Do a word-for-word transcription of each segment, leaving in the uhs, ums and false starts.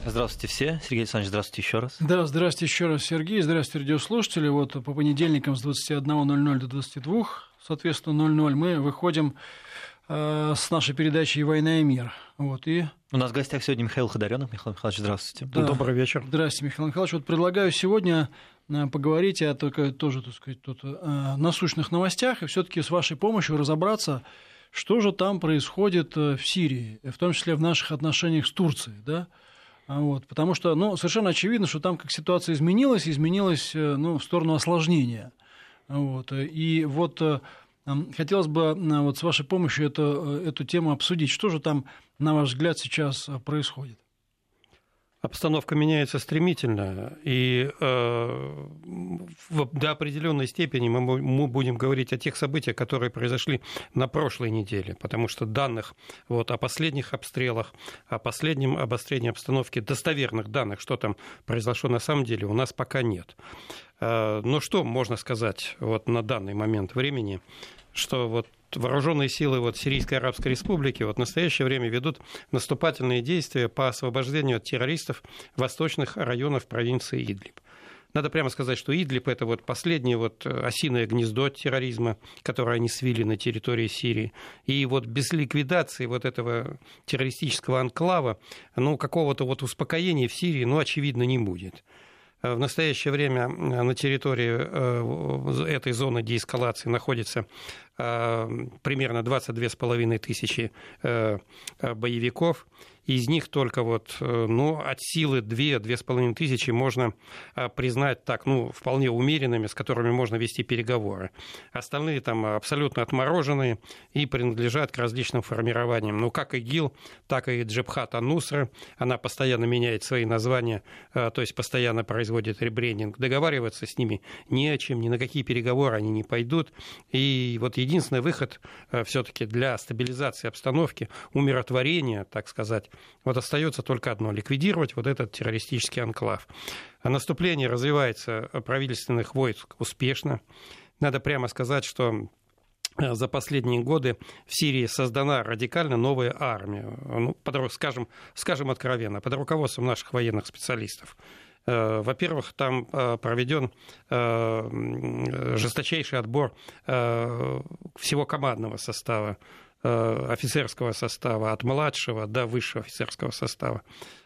Здравствуйте все. Сергей Александрович, здравствуйте еще раз. Да, здравствуйте еще раз, Сергей. Здравствуйте, радиослушатели. Вот по понедельникам с двадцати одного ноль ноль до двадцати двух, соответственно, ноль ноль, мы выходим э, с нашей передачей «Война и мир». Вот, и... У нас в гостях сегодня Михаил Ходоренок. Михаил Михайлович, здравствуйте. Да. Добрый вечер. Здравствуйте, Михаил Михайлович. Вот предлагаю сегодня поговорить о только, тоже, так сказать, тут, о насущных новостях и все-таки с вашей помощью разобраться, что же там происходит в Сирии, в том числе в наших отношениях с Турцией, да? Вот, потому что, ну, совершенно очевидно, что там как ситуация изменилась, изменилась, ну, в сторону осложнения. Вот, и вот хотелось бы вот с вашей помощью это, эту тему обсудить. Что же там, на ваш взгляд, сейчас происходит? Обстановка меняется стремительно, и э, в, до определенной степени мы, мы будем говорить о тех событиях, которые произошли на прошлой неделе, потому что данных вот, о последних обстрелах, о последнем обострении обстановки, достоверных данных, что там произошло на самом деле, у нас пока нет. Э, но что можно сказать вот, на данный момент времени, что вот вооруженные силы вот, Сирийской Арабской Республики вот, в настоящее время ведут наступательные действия по освобождению от террористов восточных районов провинции Идлиб. Надо прямо сказать, что Идлиб – это вот последнее вот осиное гнездо терроризма, которое они свили на территории Сирии. И вот без ликвидации вот этого террористического анклава, ну, какого-то вот успокоения в Сирии, ну, очевидно, не будет. В настоящее время на территории этой зоны деэскалации находится примерно двадцать две с половиной тысячи боевиков. Из них только вот, ну, от силы две-две с половиной тысячи можно признать так, ну, вполне умеренными, с которыми можно вести переговоры. Остальные там абсолютно отмороженные и принадлежат к различным формированиям. Ну, как ИГИЛ, так и Джабхат ан-Нусра. Она постоянно меняет свои названия, то есть постоянно производит ребрендинг. Договариваться с ними не о чем, ни на какие переговоры они не пойдут. И вот единственный выход все-таки для стабилизации обстановки, умиротворения, так сказать, вот остается только одно – ликвидировать вот этот террористический анклав. А наступление развивается правительственных войск успешно. Надо прямо сказать, что за последние годы в Сирии создана радикально новая армия, ну, под, скажем, скажем откровенно, под руководством наших военных специалистов. Во-первых, там проведен жесточайший отбор всего командного состава, офицерского состава, от младшего до высшего офицерского состава.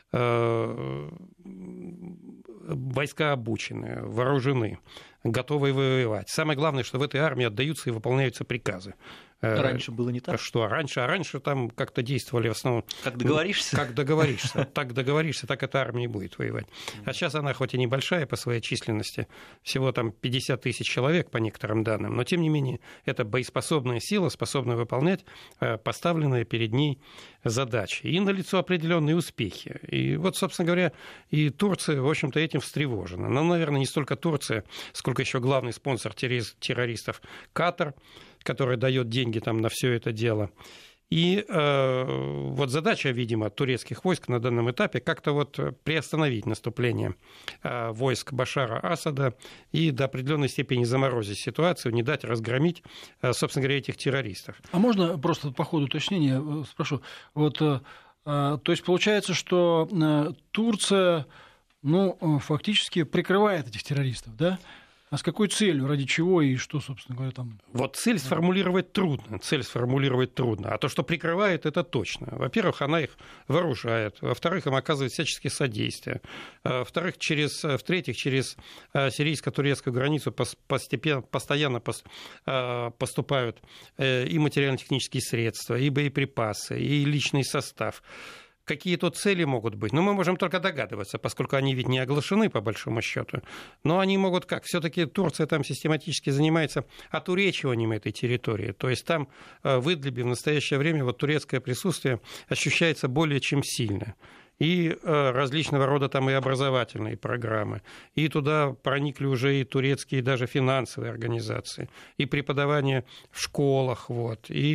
Войска обучены, вооружены, готовы воевать. Самое главное, что в этой армии отдаются и выполняются приказы. Раньше было не так? Что? Раньше, а раньше там как-то действовали в основном... Как договоришься? Как договоришься. Так договоришься, так эта армия и будет воевать. А сейчас она хоть и небольшая по своей численности, всего там пятьдесят тысяч человек по некоторым данным, но тем не менее это боеспособная сила, способная выполнять поставленные перед ней задачи. И налицо определенные успехи. И вот, собственно говоря, и Турция, в общем-то, этим встревожена. Но, наверное, не столько Турция, сколько еще главный спонсор террористов Катар, который дает деньги там на все это дело. И э, вот задача, видимо, турецких войск на данном этапе как-то вот приостановить наступление э, войск Башара Асада и до определенной степени заморозить ситуацию, не дать разгромить, э, собственно говоря, этих террористов. А можно просто по ходу уточнения спрошу? Вот, э, то есть получается, что э, Турция, ну, фактически прикрывает этих террористов, да? А с какой целью, ради чего и что, собственно говоря, там? Вот цель сформулировать трудно, цель сформулировать трудно. А то, что прикрывает, это точно. Во-первых, она их вооружает. Во-вторых, им оказывает всяческие содействия. Во-вторых, через, в-третьих, через сирийско-турецкую границу постепенно, постоянно поступают и материально-технические средства, и боеприпасы, и личный состав. Какие тут цели могут быть? Ну, мы можем только догадываться, поскольку они ведь не оглашены, по большому счету. Но они могут как? Все-таки Турция там систематически занимается отуречиванием этой территории. То есть там в Идлибе в настоящее время вот турецкое присутствие ощущается более чем сильно. И различного рода там и образовательные программы. И туда проникли уже и турецкие даже финансовые организации, и преподавание в школах, вот, и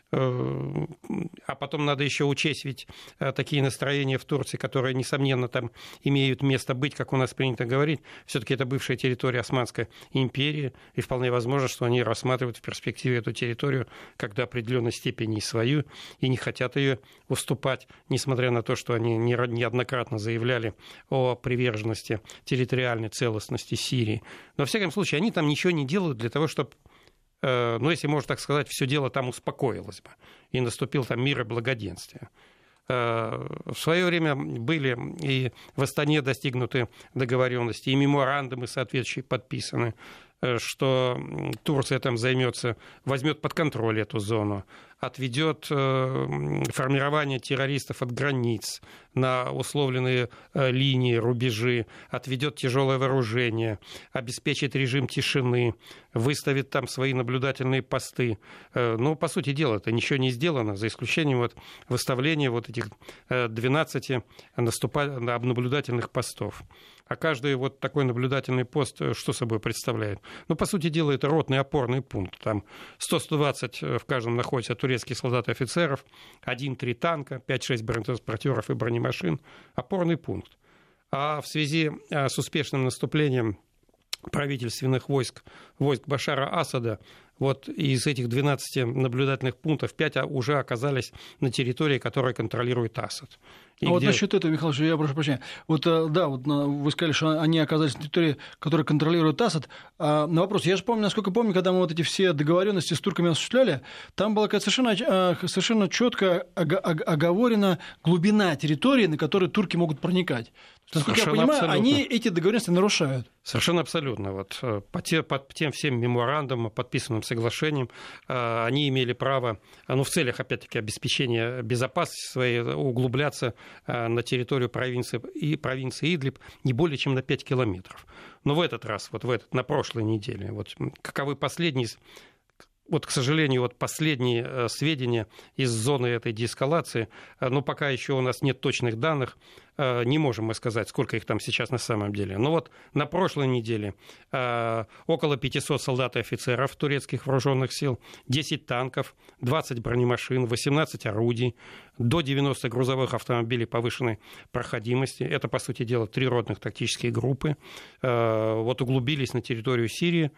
А потом надо еще учесть ведь такие настроения в Турции, которые, несомненно, там имеют место быть, как у нас принято говорить. Все-таки это бывшая территория Османской империи, и вполне возможно, что они рассматривают в перспективе эту территорию как до определенной степени свою, и не хотят ее уступать, несмотря на то, что они неоднократно заявляли о приверженности территориальной целостности Сирии. Но, во всяком случае, они там ничего не делают для того, чтобы, ну, если можно так сказать, все дело там успокоилось бы, и наступил там мир и благоденствие. В свое время были и в Астане достигнуты договоренности, и меморандумы соответствующие подписаны, что Турция там займется, возьмет под контроль эту зону, отведет формирование террористов от границ на условленные линии, рубежи, отведет тяжелое вооружение, обеспечит режим тишины, выставит там свои наблюдательные посты. Но, по сути дела, это ничего не сделано, за исключением вот выставления вот этих двенадцати наблюдательных постов. А каждый вот такой наблюдательный пост что собой представляет? Ну, по сути дела, это ротный опорный пункт. Там сто - сто двадцать в каждом находятся турецких солдат и офицеров, один-три танка, пять-шесть бронетранспортеров и бронемашин. Опорный пункт. А в связи с успешным наступлением правительственных войск, войск Башара Асада, вот из этих двенадцати наблюдательных пунктов пять уже оказались на территории, которую контролирует Асад. И а где... вот насчет этого, Михаил Ильич, я прошу прощения. Вот, да, вот вы сказали, что они оказались на территории, которую контролирует Асад. А на вопрос, я же помню, насколько помню, когда мы вот эти все договоренности с турками осуществляли, там была какая-то совершенно, совершенно четко оговорена глубина территории, на которую турки могут проникать. Насколько совершенно я понимаю, абсолютно. Они эти договоренности нарушают. Совершенно абсолютно. Вот по, те, по тем всем меморандумам, подписанным соглашением, они имели право, ну, в целях, опять-таки, обеспечения безопасности своей, углубляться на территорию провинции, и провинции Идлиб не более чем на пять километров. Но в этот раз, вот в этот, на прошлой неделе, вот каковы последние... Вот, к сожалению, вот последние сведения из зоны этой деэскалации, но пока еще у нас нет точных данных, не можем мы сказать, сколько их там сейчас на самом деле. Но вот на прошлой неделе около пятисот солдат и офицеров турецких вооруженных сил, десять танков, двадцать бронемашин, восемнадцать орудий, до девяноста грузовых автомобилей повышенной проходимости. Это, по сути дела, три ротных тактические группы. Вот углубились на территорию Сирии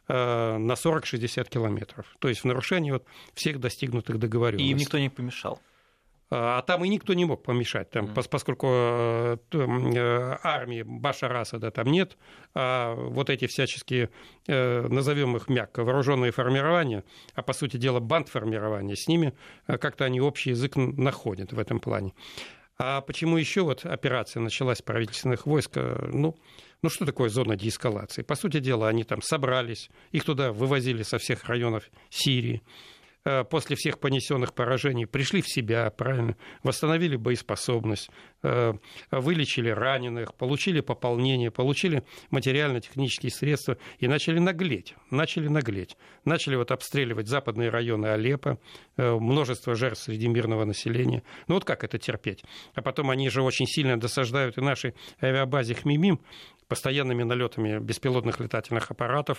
на сорок-шестьдесят километров. То есть в нарушении вот всех достигнутых договоренностей. И им никто не помешал. А там и никто не мог помешать, там, mm. поскольку армии Башара Асада там нет, а вот эти всяческие, назовем их мягко, вооруженные формирования, а по сути дела бандформирования, с ними как-то они общий язык находят в этом плане. А почему еще вот операция началась правительственных войск? Ну, ну, что такое зона деэскалации? По сути дела, они там собрались, их туда вывозили со всех районов Сирии. После всех понесенных поражений пришли в себя, правильно, восстановили боеспособность, вылечили раненых, получили пополнение, получили материально-технические средства и начали наглеть, начали наглеть. Начали вот обстреливать западные районы Алеппо, множество жертв среди мирного населения. Ну вот как это терпеть? А потом они же очень сильно досаждают и нашей авиабазе Хмимим постоянными налетами беспилотных летательных аппаратов.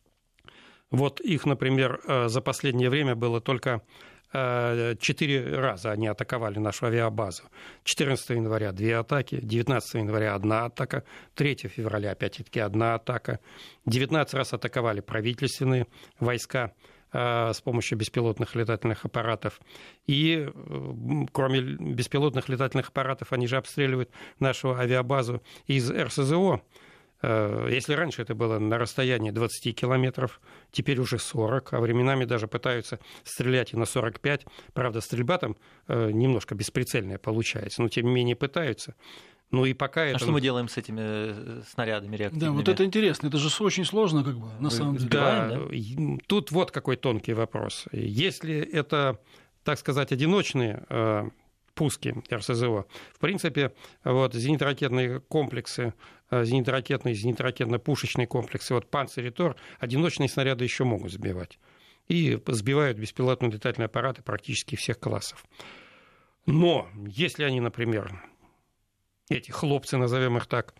Вот их, например, за последнее время было только четыре раза они атаковали нашу авиабазу. четырнадцатого января две атаки, девятнадцатого января одна атака, третьего февраля опять-таки одна атака. девятнадцать раз атаковали правительственные войска с помощью беспилотных летательных аппаратов. И кроме беспилотных летательных аппаратов они же обстреливают нашу авиабазу из эр эс зэ о. Если раньше это было на расстоянии двадцать километров, теперь уже сорок, а временами даже пытаются стрелять и на сорок пять. Правда, стрельба там немножко бесприцельная получается, но тем не менее пытаются. Ну и пока это... А что мы делаем с этими снарядами реактивными? Да, вот это интересно, это же очень сложно, как бы, на самом деле. Да, да, тут вот какой тонкий вопрос. Если это, так сказать, одиночные пуски эр эс зэ о. В принципе, вот, зенитно-ракетные комплексы, зенитно-ракетные, зенитно-ракетно-пушечные комплексы, вот «Панцирь» и «Тор», одиночные снаряды еще могут сбивать. И сбивают беспилотные летательные аппараты практически всех классов. Но если они, например, эти хлопцы, назовем их так,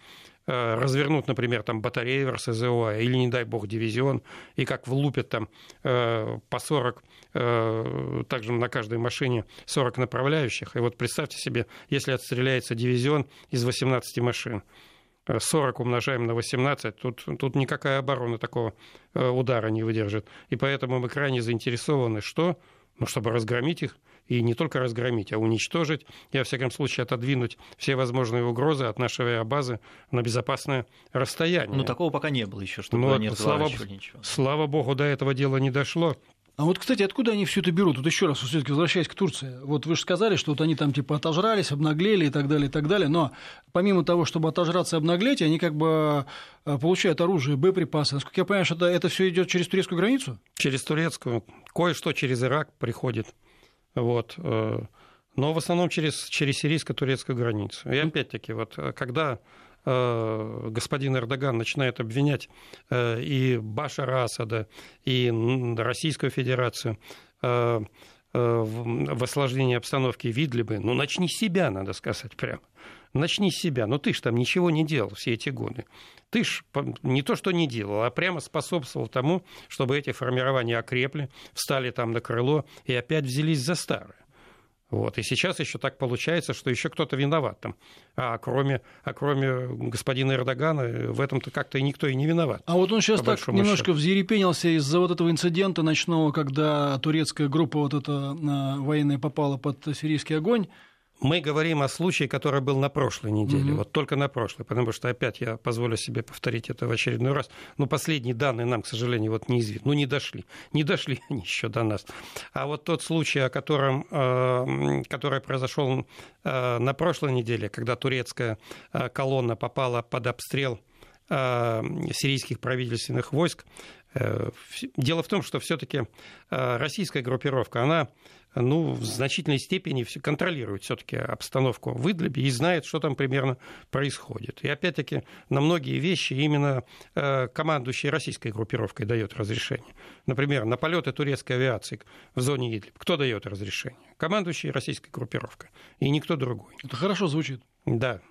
развернут, например, там батарею эр эс зэ о, или, не дай бог, дивизион, и как влупят там по сорок, также на каждой машине сорок направляющих. И вот представьте себе, если отстреляется дивизион из восемнадцати машин, сорок умножаем на восемнадцать, тут, тут никакая оборона такого удара не выдержит. И поэтому мы крайне заинтересованы, что? Ну, чтобы разгромить их, и не только разгромить, а уничтожить, и, во всяком случае, отодвинуть все возможные угрозы от нашей авиабазы на безопасное расстояние. Ну, такого пока не было еще, чтобы ну, они слава, ничего. Слава богу, до этого дела не дошло. А вот, кстати, откуда они все это берут? Вот еще раз, все-таки возвращаясь к Турции. Вот вы же сказали, что вот они там типа отожрались, обнаглели и так далее, и так далее. Но помимо того, чтобы отожраться и обнаглеть, они как бы получают оружие, боеприпасы. Насколько я понимаю, что это, это все идет через турецкую границу? Через турецкую. Кое-что через Ирак приходит. Вот. Но в основном через, через сирийско-турецкую границу. И опять-таки, вот, когда господин Эрдоган начинает обвинять и Башара Асада, и Российскую Федерацию в осложнении обстановки в Идлибе, ну, начни с себя, надо сказать прямо. Начни с себя. Но ты ж там ничего не делал все эти годы. Ты ж не то, что не делал, а прямо способствовал тому, чтобы эти формирования окрепли, встали там на крыло и опять взялись за старое. Вот. И сейчас еще так получается, что еще кто-то виноват там. А кроме, а кроме господина Эрдогана в этом-то как-то и никто и не виноват. А вот он сейчас так немножко взъерепенился из-за вот этого инцидента ночного, когда турецкая группа вот эта военная попала под сирийский огонь. Мы говорим о случае, который был на прошлой неделе, mm-hmm. вот только на прошлой, потому что опять я позволю себе повторить это в очередной раз. Но последние данные нам, к сожалению, вот неизвестны. Ну, не дошли. Не дошли они еще до нас. А вот тот случай, о котором, э, который произошел э, на прошлой неделе, когда турецкая э, колонна попала под обстрел э, сирийских правительственных войск, э, дело в том, что все-таки э, российская группировка, она ну, в значительной степени контролирует все-таки обстановку в Идлибе и знает, что там примерно происходит. И опять-таки на многие вещи именно командующий российской группировкой дает разрешение. Например, на полеты турецкой авиации в зоне Идлиб. Кто дает разрешение? Командующий российской группировкой. И никто другой. Это хорошо звучит. Да.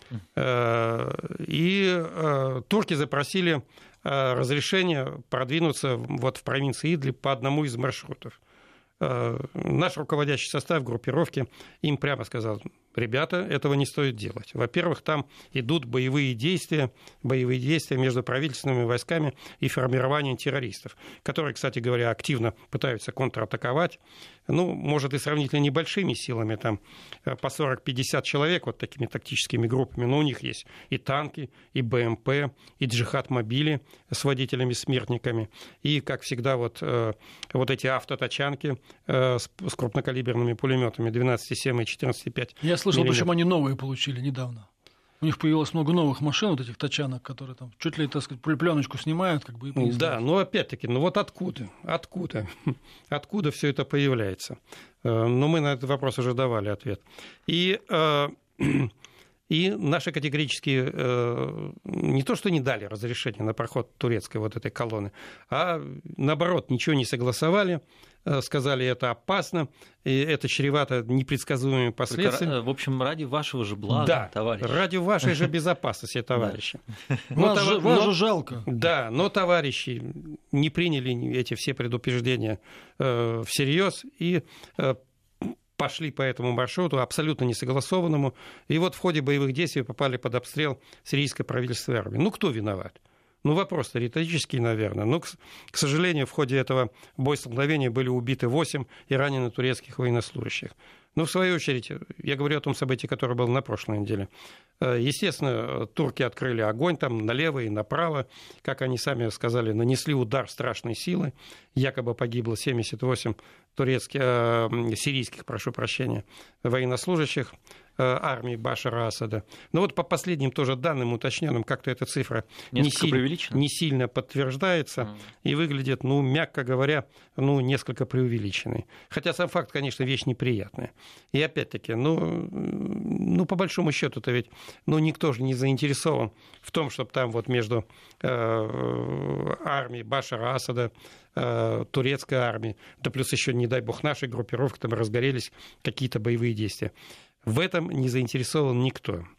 И турки запросили разрешение продвинуться вот в провинции Идлиб по одному из маршрутов. Наш руководящий состав группировки им прямо сказал: ребята, этого не стоит делать. Во-первых, там идут боевые действия, боевые действия между правительственными войсками и формированием террористов, которые, кстати говоря, активно пытаются контратаковать. Ну, может, и сравнительно небольшими силами, там по сорок-пятьдесят человек, вот такими тактическими группами, но у них есть и танки, и бэ эм пэ, и джихад-мобили с водителями-смертниками, и, как всегда, вот, вот эти автотачанки с крупнокалиберными пулеметами двенадцать семь и четырнадцать пять. Я слышал, причем они новые получили недавно. У них появилось много новых машин, вот этих тачанок, которые там чуть ли, так сказать, пленочку снимают, как бы и принесут. Да, но опять-таки, ну вот откуда? Откуда? Откуда все это появляется? Но мы на этот вопрос уже давали ответ. И, и наши категорически не то, что не дали разрешение на проход турецкой вот этой колонны, а наоборот, ничего не согласовали, сказали, это опасно, и это чревато непредсказуемыми последствиями. Только, в общем, ради вашего же блага, да, товарищи. Ради вашей же безопасности, товарищи. Вас же жалко. Да, но товарищи не приняли эти все предупреждения всерьез и пошли по этому маршруту, абсолютно несогласованному, и вот в ходе боевых действий попали под обстрел сирийской правительственной армии. Ну, кто виноват? Ну, вопрос-то риторический, наверное. Но, к, к сожалению, в ходе этого боестолкновения были убиты восемь и ранены турецких военнослужащих. Но, в свою очередь, я говорю о том событии, которое было на прошлой неделе. Естественно, турки открыли огонь там налево и направо. Как они сами сказали, нанесли удар страшной силы. Якобы погибло семьдесят восемь турецких, э, сирийских, прошу прощения, военнослужащих армии Башара Асада. Но вот по последним тоже данным уточненным, как-то эта цифра не, силь, не сильно подтверждается mm. и выглядит, ну, мягко говоря, ну, несколько преувеличенной. Хотя сам факт, конечно, вещь неприятная. И опять-таки, ну, ну по большому счету-то ведь ну, никто же не заинтересован в том, чтобы там вот между э, армией Башара Асада, э, турецкой армией, да плюс еще, не дай бог, нашей группировки там разгорелись какие-то боевые действия. В этом не заинтересован никто.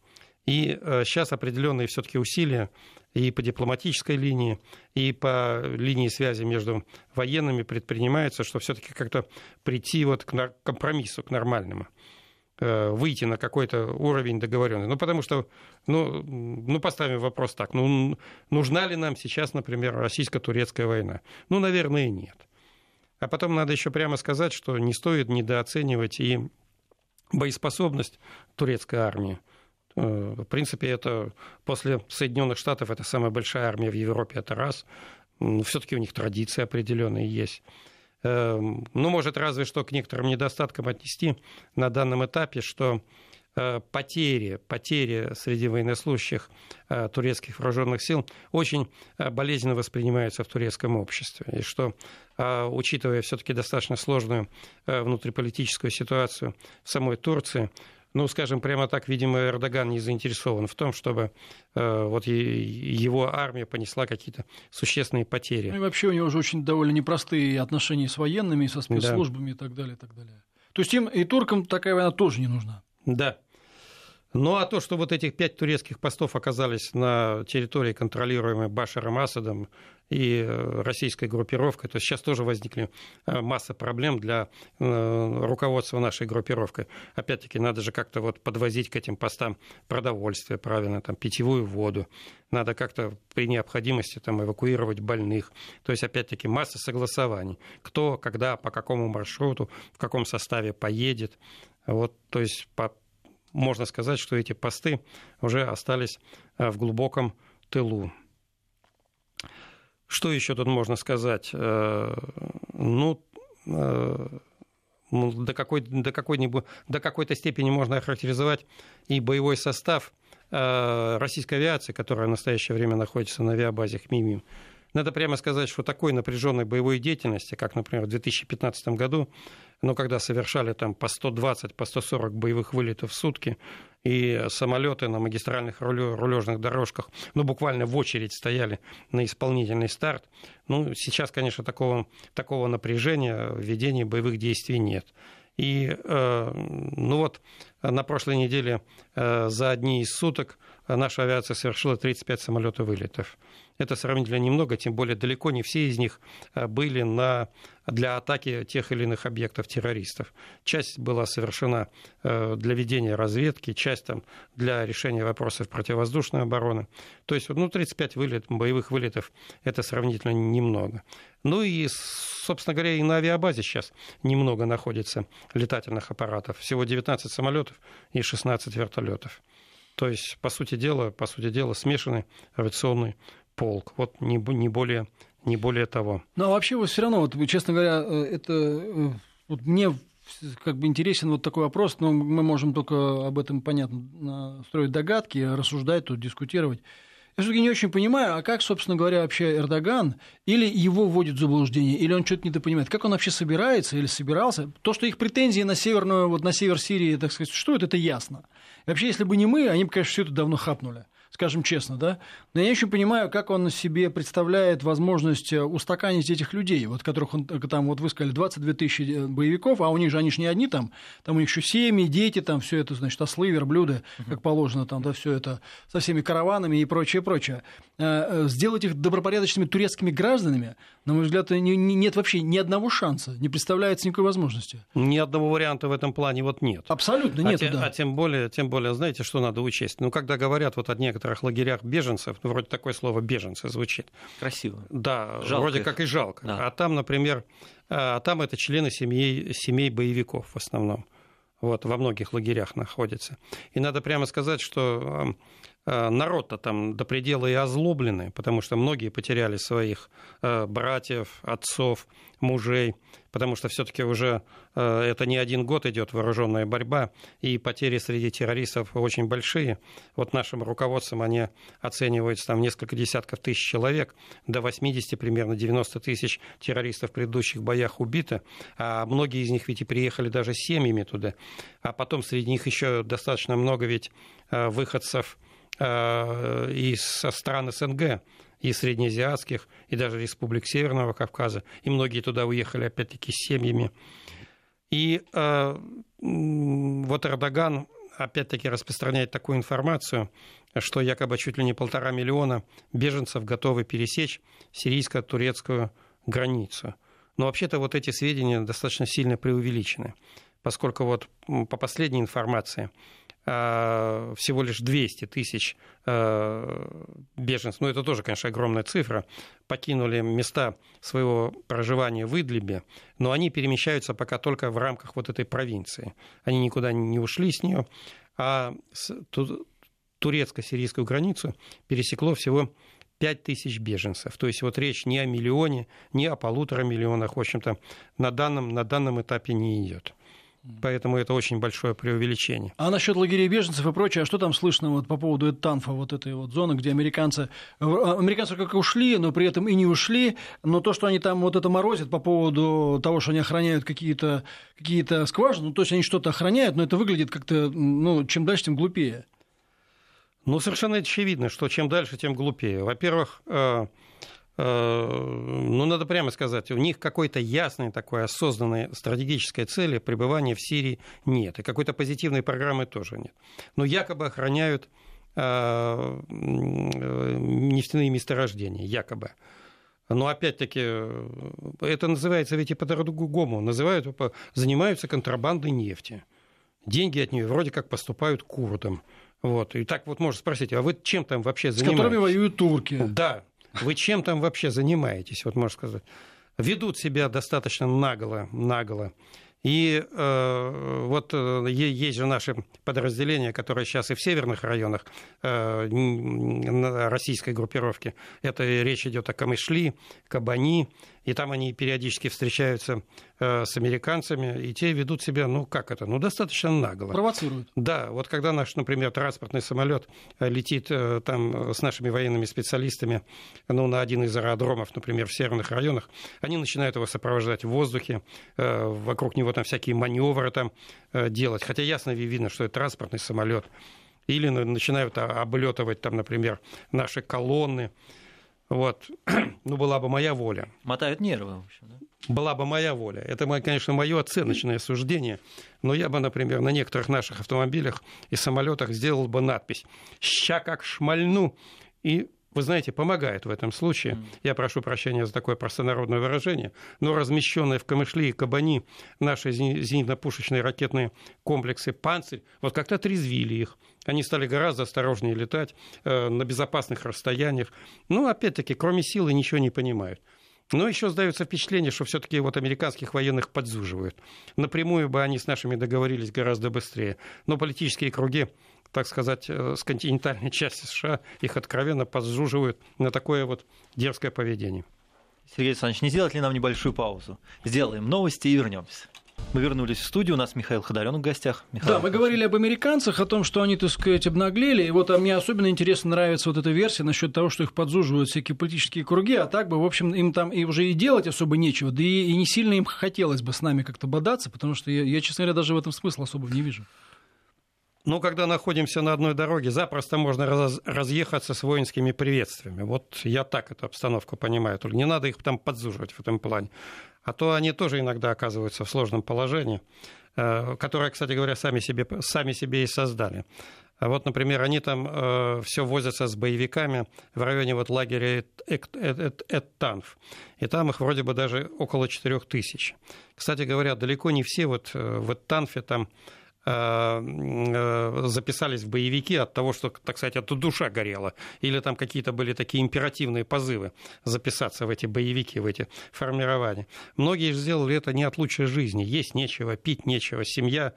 И сейчас определенные все-таки усилия и по дипломатической линии, и по линии связи между военными предпринимаются, что все-таки как-то прийти вот к компромиссу, к нормальному, выйти на какой-то уровень договоренности. Ну, потому что, ну, ну, поставим вопрос так, ну, нужна ли нам сейчас, например, российско-турецкая война? Ну, наверное, нет. А потом надо еще прямо сказать, что не стоит недооценивать и боеспособность турецкой армии. В принципе, это после Соединенных Штатов это самая большая армия в Европе, это раз. Все-таки у них традиции определенные есть. Ну, может, разве что к некоторым недостаткам отнести на данном этапе, что потери, потери среди военнослужащих турецких вооруженных сил очень болезненно воспринимаются в турецком обществе. И что, учитывая все-таки достаточно сложную внутриполитическую ситуацию в самой Турции, ну, скажем прямо так, видимо, Эрдоган не заинтересован в том, чтобы э, вот его армия понесла какие-то существенные потери. Ну и вообще у него уже очень довольно непростые отношения с военными, со спецслужбами, да, и так далее, и так далее. То есть им и туркам такая война тоже не нужна. Да. Ну, а то, что вот этих пять турецких постов оказались на территории, контролируемой Башаром Асадом и российской группировкой, то сейчас тоже возникли масса проблем для руководства нашей группировкой. Опять-таки, надо же как-то вот подвозить к этим постам продовольствие, правильно, там, питьевую воду. Надо как-то при необходимости там, эвакуировать больных. То есть, опять-таки, масса согласований. Кто, когда, по какому маршруту, в каком составе поедет. Вот, то есть, по можно сказать, что эти посты уже остались в глубоком тылу. Что еще тут можно сказать? Ну, до, какой, до, какой-нибудь, до какой-то степени можно охарактеризовать и боевой состав российской авиации, которая в настоящее время находится на авиабазе Хмимим. Надо прямо сказать, что такой напряженной боевой деятельности, как, например, в две тысячи пятнадцатом году, ну, когда совершали там по сто двадцать, по сто сорок боевых вылетов в сутки, и самолеты на магистральных рулежных дорожках, ну, буквально в очередь стояли на исполнительный старт. Ну, сейчас, конечно, такого, такого напряжения в ведении боевых действий нет. И, э, ну вот, на прошлой неделе э, за одни из суток наша авиация совершила тридцать пять самолетов вылетов. Это сравнительно немного, тем более далеко не все из них были на, для атаки тех или иных объектов террористов. Часть была совершена для ведения разведки, часть там, для решения вопросов противовоздушной обороны. То есть ну, тридцать пять вылет, боевых вылетов – это сравнительно немного. Ну и, собственно говоря, и на авиабазе сейчас немного находится летательных аппаратов. Всего девятнадцать самолетов и шестнадцать вертолетов. То есть, по сути дела, по сути дела смешанный авиационный полк. Вот не, не, более, не более того. Ну, а вообще, вот все равно, вот, честно говоря, это вот мне как бы интересен вот такой вопрос, но мы можем только об этом, понятно, строить догадки, рассуждать, тут дискутировать. Я все-таки не очень понимаю, а как, собственно говоря, вообще Эрдоган, или его вводит в заблуждение, или он что-то недопонимает, как он вообще собирается или собирался? То, что их претензии на северную, вот на север Сирии, так сказать, существуют, это ясно. И вообще, если бы не мы, они бы, конечно, все это давно хапнули. Скажем честно, да? Но я не очень понимаю, как он себе представляет возможность устаканить этих людей, вот которых он, там, вот вы сказали, двадцать две тысячи боевиков, а у них же они же не одни там, там у них еще семьи, дети, там все это, значит, ослы, верблюды, как положено, там, да, все это со всеми караванами и прочее, прочее. Сделать их добропорядочными турецкими гражданами, на мой взгляд, нет вообще ни одного шанса, не представляется никакой возможности. Ни одного варианта в этом плане вот нет. Абсолютно нет, а, те, да. А тем более, тем более, знаете, что надо учесть? Ну, когда говорят вот о некоторых лагерях беженцев, ну, вроде такое слово «беженцы» звучит. Красиво. Да, жалко вроде их. Как и жалко. Да. А там, например, а там это члены семей, семей боевиков в основном. Вот, во многих лагерях находятся. И надо прямо сказать, что народ-то там до предела и озлобленный, потому что многие потеряли своих братьев, отцов, мужей, потому что все-таки уже это не один год идет вооруженная борьба, и потери среди террористов очень большие. Вот нашим руководством они оцениваются там несколько десятков тысяч человек, до восемьдесят, примерно девяносто тысяч террористов в предыдущих боях убито, а многие из них ведь и приехали даже с семьями туда, а потом среди них еще достаточно много ведь выходцев и со стран СНГ, и среднеазиатских, и даже республик Северного Кавказа, и многие туда уехали, опять-таки, с семьями. И э, вот Эрдоган опять-таки распространяет такую информацию, что якобы чуть ли не полтора миллиона беженцев готовы пересечь сирийско-турецкую границу. Но вообще-то вот эти сведения достаточно сильно преувеличены, поскольку вот по последней информации всего лишь двести тысяч беженцев, ну это тоже, конечно, огромная цифра, покинули места своего проживания в Идлибе, но они перемещаются пока только в рамках вот этой провинции. Они никуда не ушли с нее, а турецко-сирийскую границу пересекло всего пять тысяч беженцев. То есть вот речь не о миллионе, не о полутора миллионах, в общем-то, на данном, на данном этапе не идет. Поэтому это очень большое преувеличение. А насчет лагерей беженцев и прочее, а что там слышно вот по поводу Эд-Танфа, вот этой вот зоны, где американцы, американцы как ушли, но при этом и не ушли, но то, что они там вот это морозят по поводу того, что они охраняют какие-то, какие-то скважины, ну, то есть они что-то охраняют, но это выглядит как-то, ну, чем дальше, тем глупее. Ну, совершенно очевидно, что чем дальше, тем глупее. Во-первых, ну, надо прямо сказать, у них какой-то ясной такой осознанной стратегической цели пребывания в Сирии нет. И какой-то позитивной программы тоже нет. Но якобы охраняют нефтяные месторождения, якобы. Но опять-таки, это называется ведь и по-другому. Называют, занимаются контрабандой нефти. Деньги от нее вроде как поступают курдам. Вот. И так вот можно спросить, а вы чем там вообще занимаетесь? С которыми воюют турки. Да. Вы чем там вообще занимаетесь, вот можно сказать? Ведут себя достаточно нагло, нагло. И э, вот э, есть же наши подразделения, которые сейчас и в северных районах э, российской группировки. Это речь идет о Камышли, Кабани, и там они периодически встречаются э, с американцами, и те ведут себя, ну как это, ну достаточно нагло. Провоцируют. Да, вот когда наш, например, транспортный самолет летит э, там с нашими военными специалистами, ну, на один из аэродромов, например, в северных районах, они начинают его сопровождать в воздухе, э, вокруг него там всякие маневры там э, делать, хотя ясно видно, что это транспортный самолет. Или начинают облетывать там, например, наши колонны. Вот. Ну, была бы моя воля. Мотают нервы, в общем, да? Была бы моя воля. Это, конечно, мое оценочное суждение, но я бы, например, на некоторых наших автомобилях и самолетах сделал бы надпись «Ща как шмальну». И, вы знаете, помогает в этом случае. Mm. Я прошу прощения за такое простонародное выражение, но размещенные в Камышле и Кабани наши зенитно-пушечные ракетные комплексы «Панцирь» вот как-то отрезвили их. Они стали гораздо осторожнее летать э, на безопасных расстояниях. Ну, опять-таки, кроме силы ничего не понимают. Но еще сдается впечатление, что все-таки вот американских военных подзуживают. Напрямую бы они с нашими договорились гораздо быстрее. Но политические круги, так сказать, с континентальной части США их откровенно подзуживают на такое вот дерзкое поведение. Сергей Александрович, не сделать ли нам небольшую паузу? Сделаем новости и вернемся. Мы вернулись в студию, у нас Михаил Ходорён в гостях. Михаил, да, мы говорили об американцах, о том, что они, так сказать, обнаглели. И вот а мне особенно интересно нравится вот эта версия насчет того, что их подзуживают всякие политические круги, а так бы, в общем, им там и уже и делать особо нечего, да и, и не сильно им хотелось бы с нами как-то бодаться, потому что я, я, честно говоря, даже в этом смысла особо не вижу. Ну, когда находимся на одной дороге, запросто можно раз, разъехаться с воинскими приветствиями. Вот я так эту обстановку понимаю. Только не надо их там подзуживать в этом плане. А то они тоже иногда оказываются в сложном положении, которое, кстати говоря, сами себе, сами себе и создали. Вот, например, они там э, все возятся с боевиками в районе вот лагеря Эд-Танф. И там их вроде бы даже около четырех тысяч. Кстати говоря, далеко не все вот в Эд-Танфе там записались в боевики от того, что, так сказать, от душа горела, или там какие-то были такие императивные позывы записаться в эти боевики, в эти формирования. Многие же сделали это не от лучшей жизни. Есть нечего, пить нечего, семья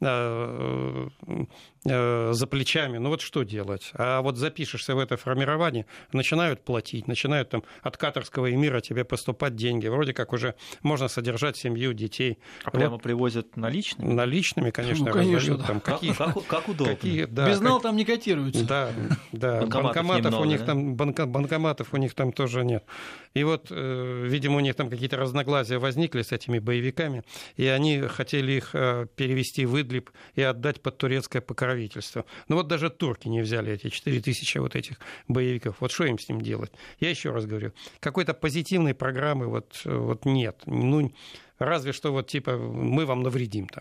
э, э, за плечами. Ну вот что делать? А вот запишешься в это формирование, начинают платить, начинают там от катарского эмира тебе поступать деньги. Вроде как уже можно содержать семью, детей. А прямо вот. Привозят наличными? Наличными, конечно, ну, конечно, раздают. да. Там, как, какие, как, как удобно. Какие, да, Безнал как... там не котируется. Да, да. Банкоматов, банкоматов, немного, у них да? там, банко, банкоматов у них там тоже нет. И вот, э, видимо, у них там какие-то разногласия возникли с этими боевиками, и они хотели их э, перевести в Идлиб и отдать под турецкое покровительство. Но вот даже турки не взяли эти четыре тысячи вот этих боевиков. Вот что им с ним делать? Я еще раз говорю, какой-то позитивной программы вот, вот нет. Ну, разве что вот типа мы вам навредим там.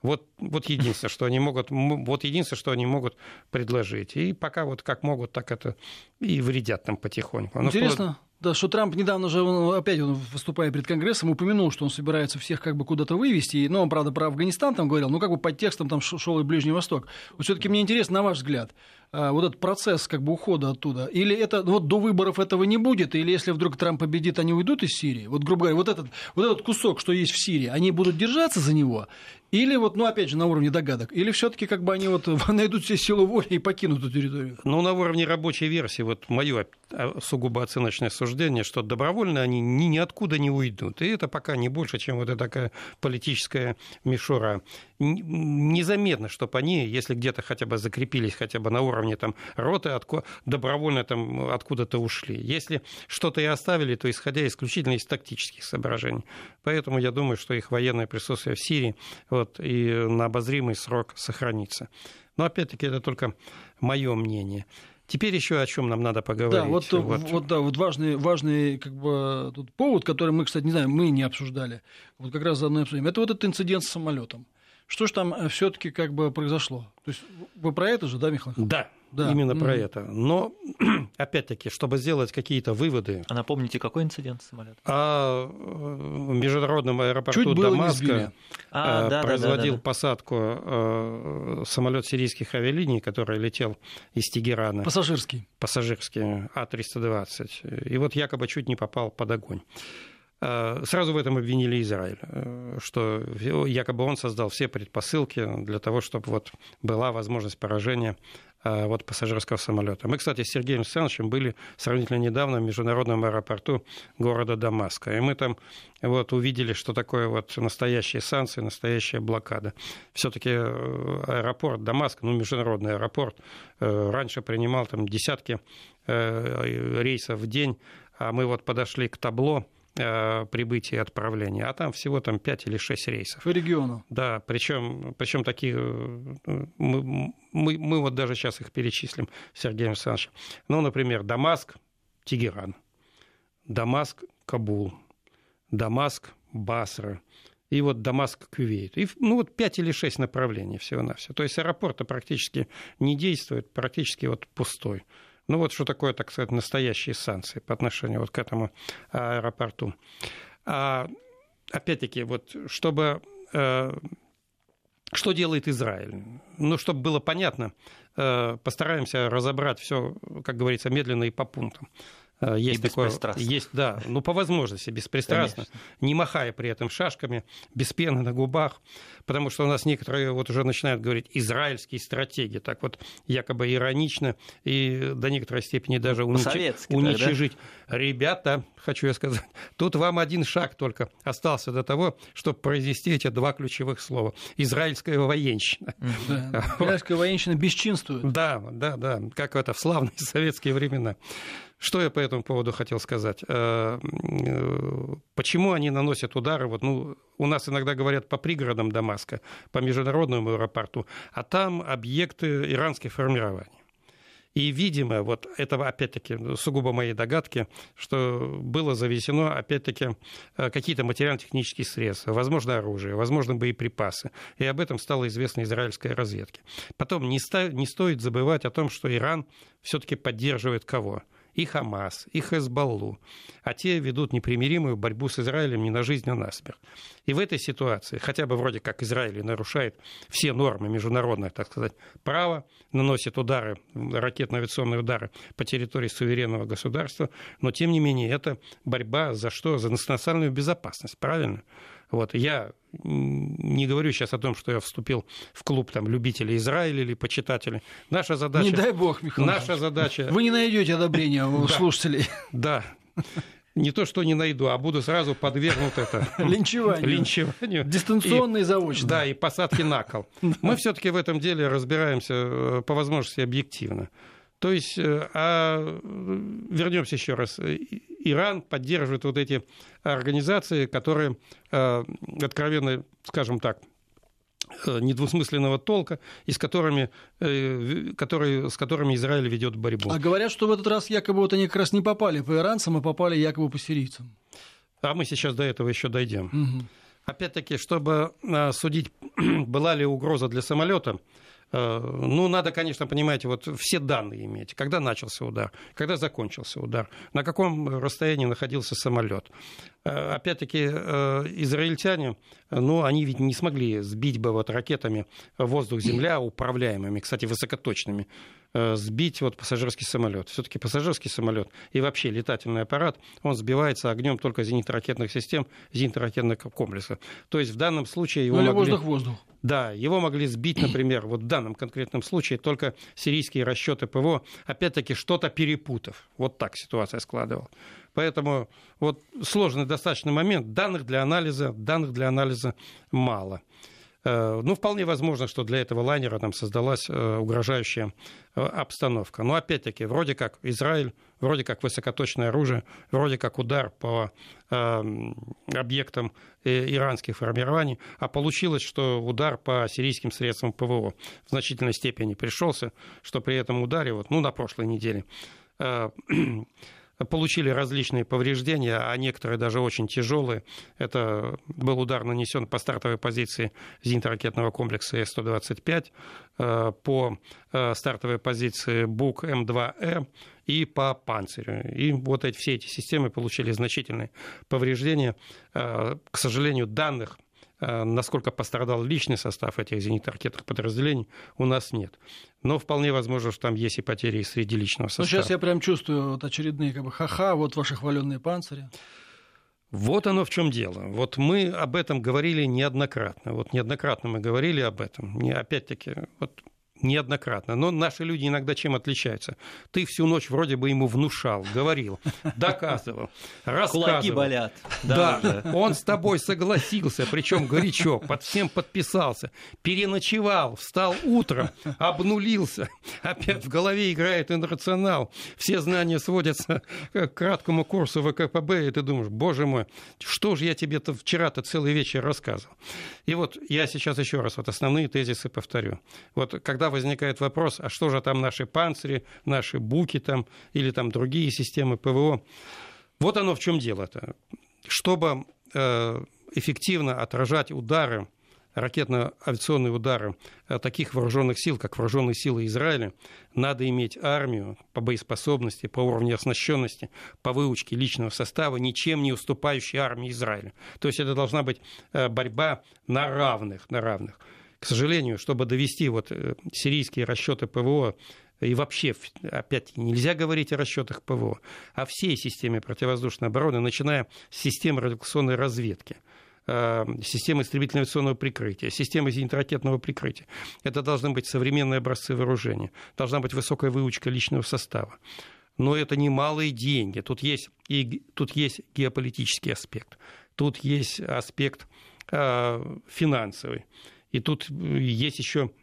Вот, вот единственное, что они могут, вот единственное, что они могут предложить. И пока вот как могут, так это и вредят там потихоньку. Но интересно, вплоть... да, что Трамп недавно же, он, опять он, выступая перед Конгрессом, упомянул, что он собирается всех как бы куда-то вывести. Ну, он, правда, про Афганистан там говорил, но как бы под текстом там шел и Ближний Восток. Вот все-таки мне интересно, на ваш взгляд, вот этот процесс как бы ухода оттуда, или это вот до выборов этого не будет, или если вдруг Трамп победит, они уйдут из Сирии? Вот, грубо говоря, вот этот, вот этот кусок, что есть в Сирии, они будут держаться за него? Или вот, ну, опять же, на уровне догадок, или все-таки как бы они вот найдут себе силу воли и покинут эту территорию? Ну, на уровне рабочей версии, вот мое сугубо оценочное суждение, что добровольно они ни, ниоткуда не уйдут. И это пока не больше, чем вот эта такая политическая мишура. Незаметно, чтобы они, если где-то хотя бы закрепились, хотя бы на уровне там, роты, отко... добровольно там откуда-то ушли. Если что-то и оставили, то исходя исключительно из тактических соображений. Поэтому я думаю, что их военное присутствие в Сирии вот, и на обозримый срок сохранится. Но опять-таки это только мое мнение. Теперь еще о чем нам надо поговорить. Да, вот, вот. вот, да, вот важный, важный как бы, тут повод, который мы, кстати, не знаем, мы не обсуждали. Вот как раз заодно обсудим. Это вот этот инцидент с самолетом. Что же там все-таки как бы произошло? То есть вы про это же, да, Михаил? Да. Да. Именно mm-hmm. про это. Но, опять-таки, чтобы сделать какие-то выводы... А напомните, какой инцидент с самолетом? А в международном аэропорту Чуть Дамаска а, да, производил да, да, да. посадку самолет сирийских авиалиний, который летел из Тегерана. Пассажирский. Пассажирский А триста двадцать. И вот якобы чуть не попал под огонь. Сразу в этом обвинили Израиль, что якобы он создал все предпосылки для того, чтобы вот была возможность поражения вот пассажирского самолета. Мы, кстати, с Сергеем Александровичем были сравнительно недавно в международном аэропорту города Дамаска. И мы там вот увидели, что такое вот настоящие санкции, настоящая блокада. Все-таки аэропорт Дамаска, ну, международный аэропорт, раньше принимал там десятки рейсов в день, а мы вот подошли к табло прибытия и отправления, а там всего там пять или шесть рейсов. По региону. Да, причем, причем такие, мы, мы, мы вот даже сейчас их перечислим с Сергеем Александровичем. Ну, например, Дамаск, Тегеран, Дамаск, Кабул, Дамаск, Басра, и вот Дамаск, Кувейт. И, ну, вот пять или шесть направлений всего-навсего. То есть аэропорт практически не действует, практически вот пустой. Ну вот что такое, так сказать, настоящие санкции по отношению вот к этому аэропорту. А, опять-таки, вот, чтобы... Э, что делает Израиль? Ну, чтобы было понятно, э, постараемся разобрать все, как говорится, медленно и по пунктам. Есть и такое, беспристрастно. Есть, да, ну, по возможности, беспристрастно, конечно. Не махая при этом шашками, без пены на губах, потому что у нас некоторые вот уже начинают говорить израильские стратегии, так вот якобы иронично и до некоторой степени даже унич... уничижить. Да? Ребята, хочу я сказать, тут вам один шаг только остался до того, чтобы произнести эти два ключевых слова. Израильская военщина. Да, израильская военщина бесчинствует. Да, да, да, как это в славные советские времена. Что я по этому поводу хотел сказать? Почему они наносят удары? Вот, ну, у нас иногда говорят по пригородам Дамаска, по международному аэропорту, а там объекты иранских формирований. И, видимо, вот это, опять-таки, сугубо мои догадки, что было завезено, опять-таки, какие-то материально-технические средства, возможно, оружие, возможно, боеприпасы. И об этом стало известно израильской разведке. Потом не, ста- не стоит забывать о том, что Иран все-таки поддерживает кого? И Хамас, и Хезболлу, а те ведут непримиримую борьбу с Израилем не на жизнь, а на смерть. И в этой ситуации, хотя бы вроде как Израиль нарушает все нормы международного, так сказать, права, наносит удары, ракетно-авиационные удары по территории суверенного государства, но тем не менее это борьба за что? За национальную безопасность, правильно? Вот, я не говорю сейчас о том, что я вступил в клуб там, любителей Израиля или почитателей. Наша задача... Не дай бог, Михаил Наша задача... Вы не найдете одобрения у да, слушателей. Да. Не то, что не найду, а буду сразу подвергнут это... Линчеванию. Линчеванию. Дистанционно и, и заочно. Да, и посадки на кол. Мы все-таки в этом деле разбираемся по возможности объективно. То есть, а, вернемся еще раз, Иран поддерживает вот эти организации, которые откровенно, скажем так, недвусмысленного толка, и с которыми, которые, с которыми Израиль ведет борьбу. А говорят, что в этот раз якобы вот они как раз не попали по иранцам, а попали якобы по сирийцам. А мы сейчас до этого еще дойдем. Угу. Опять-таки, чтобы судить, была ли угроза для самолета, ну, надо, конечно, понимаете, вот все данные иметь. Когда начался удар, когда закончился удар, на каком расстоянии находился самолет. Опять-таки, израильтяне, ну, они ведь не смогли сбить бы вот ракетами воздух-земля управляемыми, кстати, высокоточными, сбить вот пассажирский самолет. Все-таки пассажирский самолет и вообще летательный аппарат, он сбивается огнем только зенитно-ракетных систем, зенитно-ракетных комплексов. То есть в данном случае его ну, или могли... воздух-воздух. Да, его могли сбить, например, вот в данном конкретном случае только сирийские расчеты ПВО, опять-таки что-то перепутав. Вот так ситуация складывалась. Поэтому вот сложный достаточно момент. Данных для анализа, данных для анализа мало. Ну, вполне возможно, что для этого лайнера там создалась угрожающая обстановка. Но, опять-таки, вроде как Израиль, вроде как высокоточное оружие, вроде как удар по э, объектам иранских формирований, а получилось, что удар по сирийским средствам ПВО в значительной степени пришелся, что при этом ударе, вот, ну, на прошлой неделе, э, получили различные повреждения, а некоторые даже очень тяжелые. Это был удар нанесен по стартовой позиции зенитно-ракетного комплекса С сто двадцать пять, по стартовой позиции БУК М два Э и по панцирю. И вот эти, все эти системы получили значительные повреждения. К сожалению, данных, насколько пострадал личный состав этих зенитно-ракетных подразделений, у нас нет. Но вполне возможно, что там есть и потери среди личного состава. Ну, сейчас я прям чувствую вот очередные как бы ха-ха, вот ваши хваленные панцири. Вот оно в чем дело. Вот мы об этом говорили неоднократно. Вот неоднократно мы говорили об этом. Опять-таки, вот неоднократно. Но наши люди иногда чем отличаются? Ты всю ночь вроде бы ему внушал, говорил, доказывал, рассказывал. Кулаки болят. Да, да, он с тобой согласился, причем горячо, под всем подписался, переночевал, встал утром, обнулился, опять в голове играет интернационал, все знания сводятся к краткому курсу вэ ка пэ бэ, и ты думаешь, боже мой, что же я тебе-то вчера-то целый вечер рассказывал. И вот я сейчас еще раз вот основные тезисы повторю. Вот когда возникает вопрос, а что же там наши панцири, наши буки там, или там другие системы ПВО. Вот оно в чем дело-то. Чтобы э, эффективно отражать удары, ракетно-авиационные удары таких вооруженных сил, как вооруженные силы Израиля, надо иметь армию по боеспособности, по уровню оснащенности, по выучке личного состава, ничем не уступающей армии Израиля. То есть это должна быть борьба на равных, на равных. К сожалению, чтобы довести вот сирийские расчеты ПВО, и вообще, опять, нельзя говорить о расчетах ПВО, а всей системе противовоздушной обороны, начиная с системы радиолокационной разведки, системы истребительного авиационного прикрытия, системы зенитно-ракетного прикрытия. Это должны быть современные образцы вооружения, должна быть высокая выучка личного состава. Но это немалые деньги. Тут есть, и, тут есть геополитический аспект, тут есть аспект э, финансовый. И тут есть еще,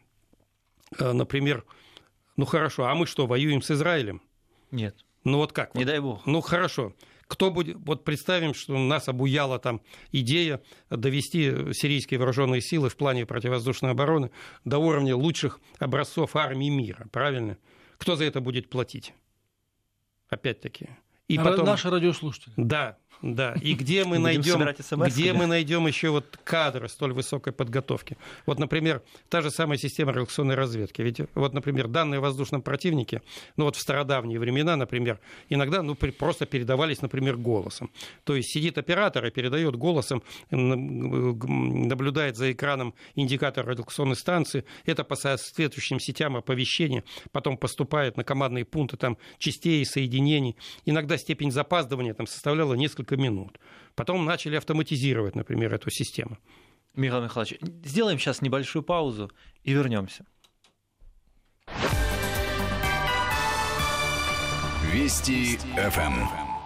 например, ну хорошо, а мы что, воюем с Израилем? Нет. Ну вот как? Не вот, дай бог. Ну хорошо. Кто будет, вот представим, что нас обуяла там идея довести сирийские вооруженные силы в плане противовоздушной обороны до уровня лучших образцов армии мира, правильно? Кто за это будет платить? Опять-таки. И потом... Наши радиослушатели. Да. Да, и где мы найдем, где мы найдем еще вот кадры столь высокой подготовки? Вот, например, та же самая система радиолокационной разведки. Ведь вот, например, данные о воздушном противнике, ну вот в стародавние времена, например, иногда ну, просто передавались, например, голосом. То есть сидит оператор и передает голосом, наблюдает за экраном индикатор радиолокационной станции, это по соответствующим сетям оповещения, потом поступает на командные пункты там, частей, соединений. Иногда степень запаздывания там, составляла несколько минут. Потом начали автоматизировать, например, эту систему. Михаил Михайлович, сделаем сейчас небольшую паузу и вернемся. Вести эф эм.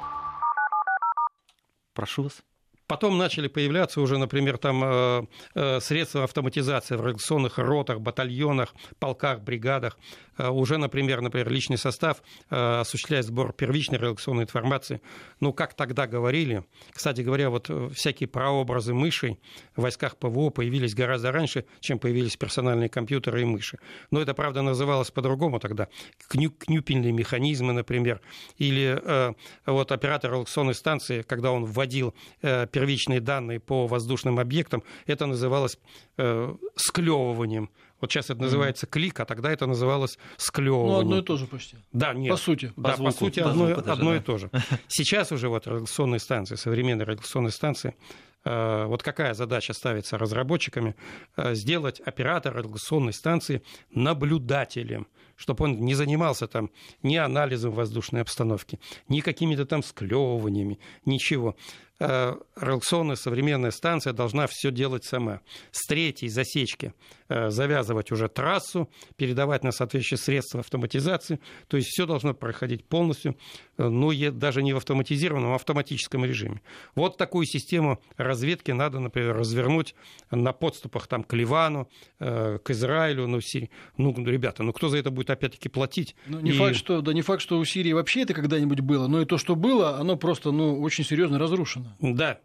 Прошу вас. Потом начали появляться уже, например, там, э, э, средства автоматизации в радиационных ротах, батальонах, полках, бригадах. уже, например, например, личный состав осуществляет сбор первичной реакционной информации. Ну, как тогда говорили, кстати говоря, вот всякие прообразы мышей в войсках ПВО появились гораздо раньше, чем появились персональные компьютеры и мыши. Но это, правда, называлось по-другому тогда. Кню, кнюпельные механизмы, например, или э, вот оператор реакционной станции, когда он вводил э, первичные данные по воздушным объектам, это называлось э, склевыванием. Вот сейчас это называется клик, а тогда это называлось склевыванием. Ну, одно и то же почти. Да, нет. По сути. Да, по, по звуку, сути, по одно, звуку даже, одно да. и то же. Сейчас уже вот реакционные станции, современные реакционные станции, э, вот какая задача ставится разработчиками? Э, сделать оператора реакционной станции наблюдателем, чтобы он не занимался там ни анализом воздушной обстановки, ни какими-то там склевываниями, ничего. Реакционная современная станция должна все делать сама. С третьей засечки завязывать уже трассу, передавать на соответствующие средства автоматизации. То есть все должно проходить полностью, ну, даже не в автоматизированном, а в автоматическом режиме. Вот такую систему разведки надо, например, развернуть на подступах там, к Ливану, к Израилю. Ну, Сирии. Ну, ребята, ну кто за это будет опять-таки платить? Ну, не, И... факт, что, да, не факт, что у Сирии вообще это когда-нибудь было, но и то, что было, оно просто ну, очень серьезно разрушено. Да,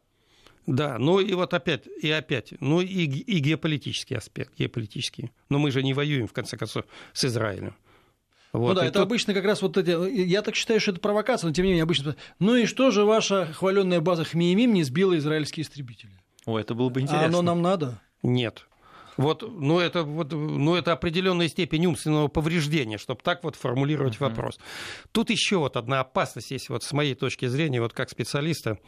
да, ну и вот опять, и опять, ну и, и геополитический аспект, геополитический. Но мы же не воюем, в конце концов, с Израилем. Вот. Ну да, и это тут... обычно как раз вот эти, я так считаю, что это провокация, но тем не менее обычно. Ну и что же ваша хваленная база Хмеймим не сбила израильские истребители? Ой, это было бы интересно. А оно нам надо? Нет. Вот, ну, это, вот, ну, это определенная степень умственного повреждения, чтобы так вот формулировать uh-huh. вопрос. Тут еще вот одна опасность есть, вот с моей точки зрения, вот как специалиста.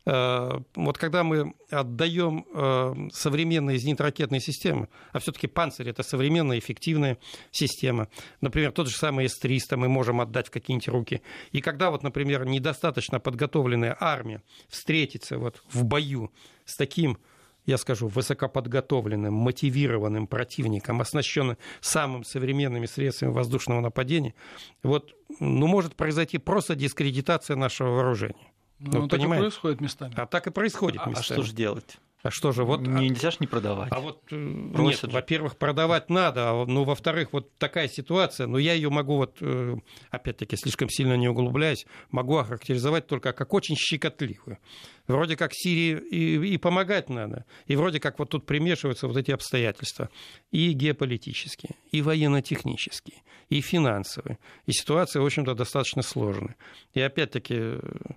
Э, вот когда мы отдаем э, современные зенитно-ракетные системы, а все-таки «Панцирь» — это современная эффективная система, например, тот же самый эс триста мы можем отдать в какие-нибудь руки. И когда вот, например, недостаточно подготовленная армия встретится вот в бою с таким, я скажу, высокоподготовленным, мотивированным противником, оснащенным самыми современными средствами воздушного нападения, вот, ну, может произойти просто дискредитация нашего вооружения. Ну, ну, так понимаете? и происходит местами. А так и происходит А, местами. а что же делать? А что же, вот... Нельзя же не продавать. А вот, нет, во-первых, продавать надо, а, ну, во-вторых, вот такая ситуация, но я ее могу, вот, опять-таки, слишком сильно не углубляясь, могу охарактеризовать только как очень щекотливую. Вроде как Сирии и, и помогать надо, и вроде как вот тут примешиваются вот эти обстоятельства, и геополитические, и военно-технические, и финансовые, и ситуация, в общем-то, достаточно сложная. И опять-таки...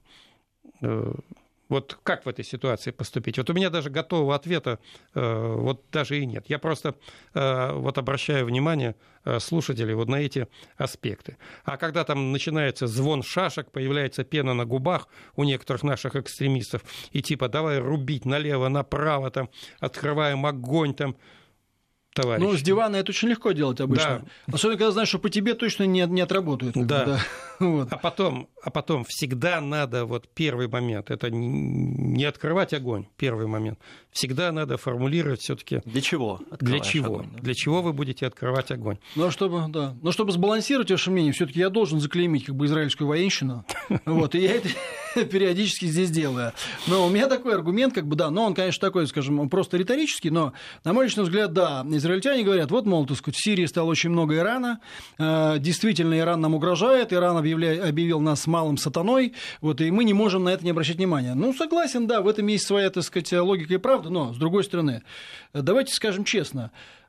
Вот как в этой ситуации поступить? Вот у меня даже готового ответа э, вот даже и нет. Я просто э, вот обращаю внимание э, слушателей вот на эти аспекты. А когда там начинается звон шашек, появляется пена на губах у некоторых наших экстремистов, и типа давай рубить налево, направо, там, открываем огонь, там, товарищи. Ну, с дивана это очень легко делать обычно. Да. Особенно, когда знаешь, что по тебе точно не, не отработают. Да. Да. Вот. А, потом, а потом всегда надо, вот первый момент, это не открывать огонь, первый момент. Всегда надо формулировать все-таки... Для чего? Для чего? Огонь, да? Для чего вы будете открывать огонь? Ну, чтобы, да. Но чтобы сбалансировать ваше мнение, все-таки я должен заклеймить как бы израильскую военщину. Вот, и я это периодически здесь делаю. Но у меня такой аргумент, как бы, да, но он, конечно, такой, скажем, просто риторический, но, на мой личный взгляд, да, израильтяне говорят, вот, мол, так сказать, в Сирии стало очень много Ирана, действительно, Иран нам угрожает, Иран объявляет, объявил нас малым сатаной, вот, и мы не можем на это не обращать внимания. Ну, согласен, да, в этом есть своя, так сказать, логика и правда, но, с другой стороны, давайте скажем честно,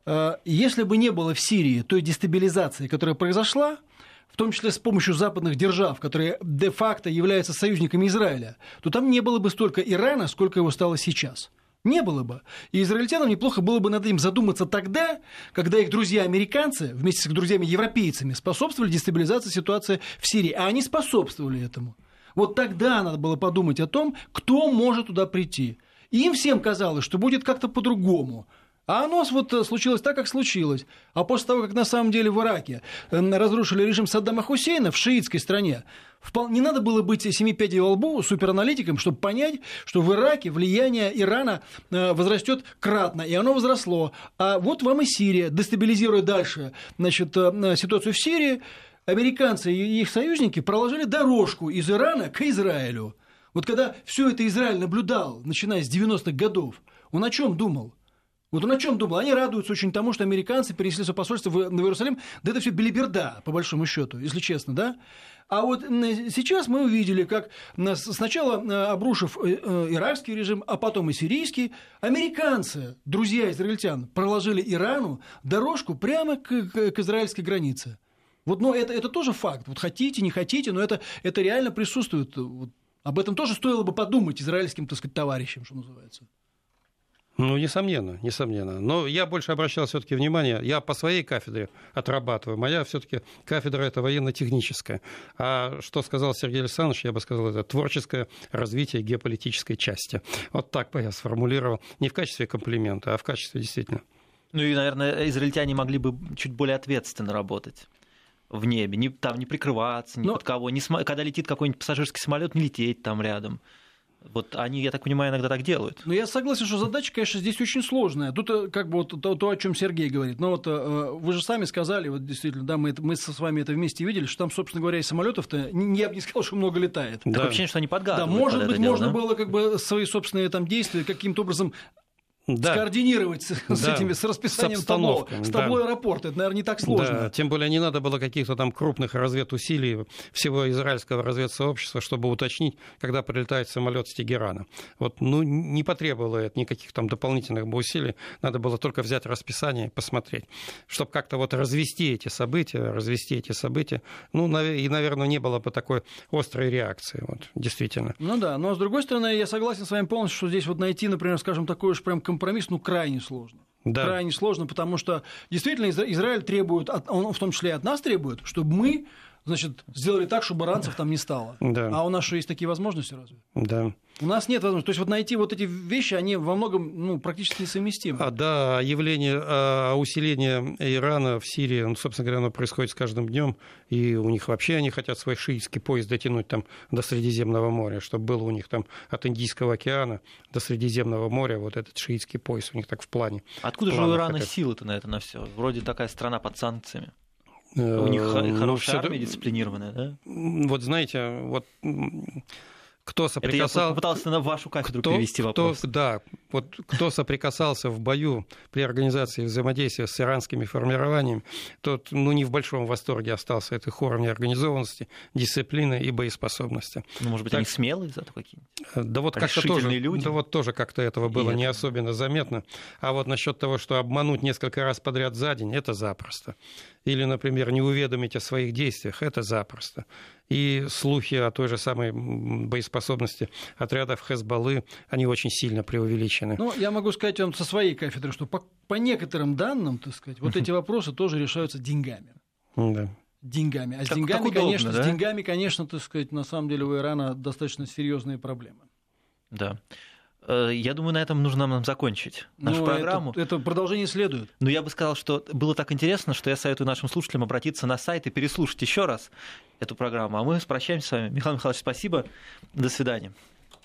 если бы не было в Сирии той дестабилизации, которая произошла, в том числе с помощью западных держав, которые де-факто являются союзниками Израиля, то там не было бы столько Ирана, сколько его стало сейчас. Не было бы. И израильтянам неплохо было бы над этим задуматься тогда, когда их друзья-американцы вместе с их друзьями-европейцами способствовали дестабилизации ситуации в Сирии. А они способствовали этому. Вот тогда надо было подумать о том, кто может туда прийти. И им всем казалось, что будет как-то по-другому. А оно вот случилось так, как случилось. А после того, как на самом деле в Ираке разрушили режим Саддама Хусейна в шиитской стране, не надо было быть семи пядей во лбу супераналитиком, чтобы понять, что в Ираке влияние Ирана возрастет кратно, и оно возросло. А вот вам и Сирия, дестабилизируя дальше, значит, ситуацию в Сирии, американцы и их союзники проложили дорожку из Ирана к Израилю. Вот когда все это Израиль наблюдал, начиная с девяностых годов, он о чем думал? Вот он о чем думал? Они радуются очень тому, что американцы перенесли свое посольство в, в Иерусалим. Да это все белиберда, по большому счету, если честно, да? А вот сейчас мы увидели, как сначала обрушив иракский режим, а потом и сирийский, американцы, друзья израильтян, проложили Ирану дорожку прямо к, к израильской границе. Вот, но это, это тоже факт. Вот хотите, не хотите, но это, это реально присутствует. Вот, об этом тоже стоило бы подумать израильским, так сказать, товарищам, что называется. Ну, несомненно, несомненно. Но я больше обращал все-таки внимание, я по своей кафедре отрабатываю, моя все-таки кафедра это военно-техническая. А что сказал Сергей Александрович, я бы сказал, это творческое развитие геополитической части. Вот так бы я сформулировал, не в качестве комплимента, а в качестве действительно. Ну и, наверное, израильтяне могли бы чуть более ответственно работать в небе, не, там не прикрываться ни Но... под кого, не см... когда летит какой-нибудь пассажирский самолет, не лететь там рядом. Вот они, я так понимаю, иногда так делают. Ну, я согласен, что задача, конечно, здесь очень сложная. Тут как бы вот то, то, о чем Сергей говорит. Но вот вы же сами сказали, вот действительно, да, мы, это, мы с вами это вместе видели, что там, собственно говоря, и самолетов-то, я бы не сказал, что много летает. Да. Такое ощущение, что они подгадывают. Да, может быть, дело, можно да? было как бы свои собственные там действия каким-то образом Да. скоординировать с, да. с этими, с расписанием с табло, с табло да. аэропорта. Это, наверное, не так сложно. Да. Тем более не надо было каких-то там крупных разведусилий всего израильского разведсообщества, чтобы уточнить, когда прилетает самолет с Тегерана. Вот, ну, не потребовало это никаких там дополнительных бы усилий. Надо было только взять расписание и посмотреть, чтобы как-то вот развести эти события, развести эти события. Ну, и, наверное, не было бы такой острой реакции. Вот, действительно. Ну да, но с другой стороны, я согласен с вами полностью, что здесь вот найти, например, скажем, такой уж прям компромисс, ну, крайне сложно. Да. Крайне сложно, потому что действительно Израиль требует, он в том числе и от нас требует, чтобы мы, значит, сделали так, чтобы иранцев там не стало. Да. А у нас что, есть такие возможности разве? Да. У нас нет возможности. То есть вот найти вот эти вещи, они во многом ну, практически несовместимы. А, да, явление, а, усиление Ирана в Сирии, ну, собственно говоря, оно происходит с каждым днем, и у них вообще они хотят свой шиитский пояс дотянуть там до Средиземного моря, чтобы было у них там от Индийского океана до Средиземного моря вот этот шиитский пояс у них так в плане. Откуда в же у Ирана хотят. силы-то на это, на все? Вроде такая страна под санкциями. У У них хорошая армия, дисциплинированная, да? Вот знаете, вот кто соприкасался... Это я попытался на вашу кафедру кто, перевести вопрос. Кто, да, вот кто соприкасался в бою при организации взаимодействия с иранскими формированиями, тот ну, не в большом восторге остался от их уровня организованности, дисциплины и боеспособности. Ну, может быть, так, они смелые зато какие-нибудь? Да вот как-то тоже, люди. Да вот тоже как-то этого было и не это... особенно заметно. А вот насчет того, что обмануть несколько раз подряд за день, это запросто. Или, например, не уведомить о своих действиях, это запросто. И слухи о той же самой боеспособности отрядов Хезболлы, они очень сильно преувеличены. Ну, я могу сказать вам со своей кафедры, что по, по некоторым данным, так сказать, вот эти вопросы тоже решаются деньгами. Да. Деньгами. А с как, деньгами, как удобно, конечно, да? с деньгами, конечно, так сказать, на самом деле у Ирана достаточно серьезные проблемы. Да. Я думаю, на этом нужно нам закончить нашу Но программу. Это, это продолжение следует. Но я бы сказал, что было так интересно, что я советую нашим слушателям обратиться на сайт и переслушать еще раз эту программу. А мы прощаемся с вами. Михаил Михайлович, спасибо. До свидания.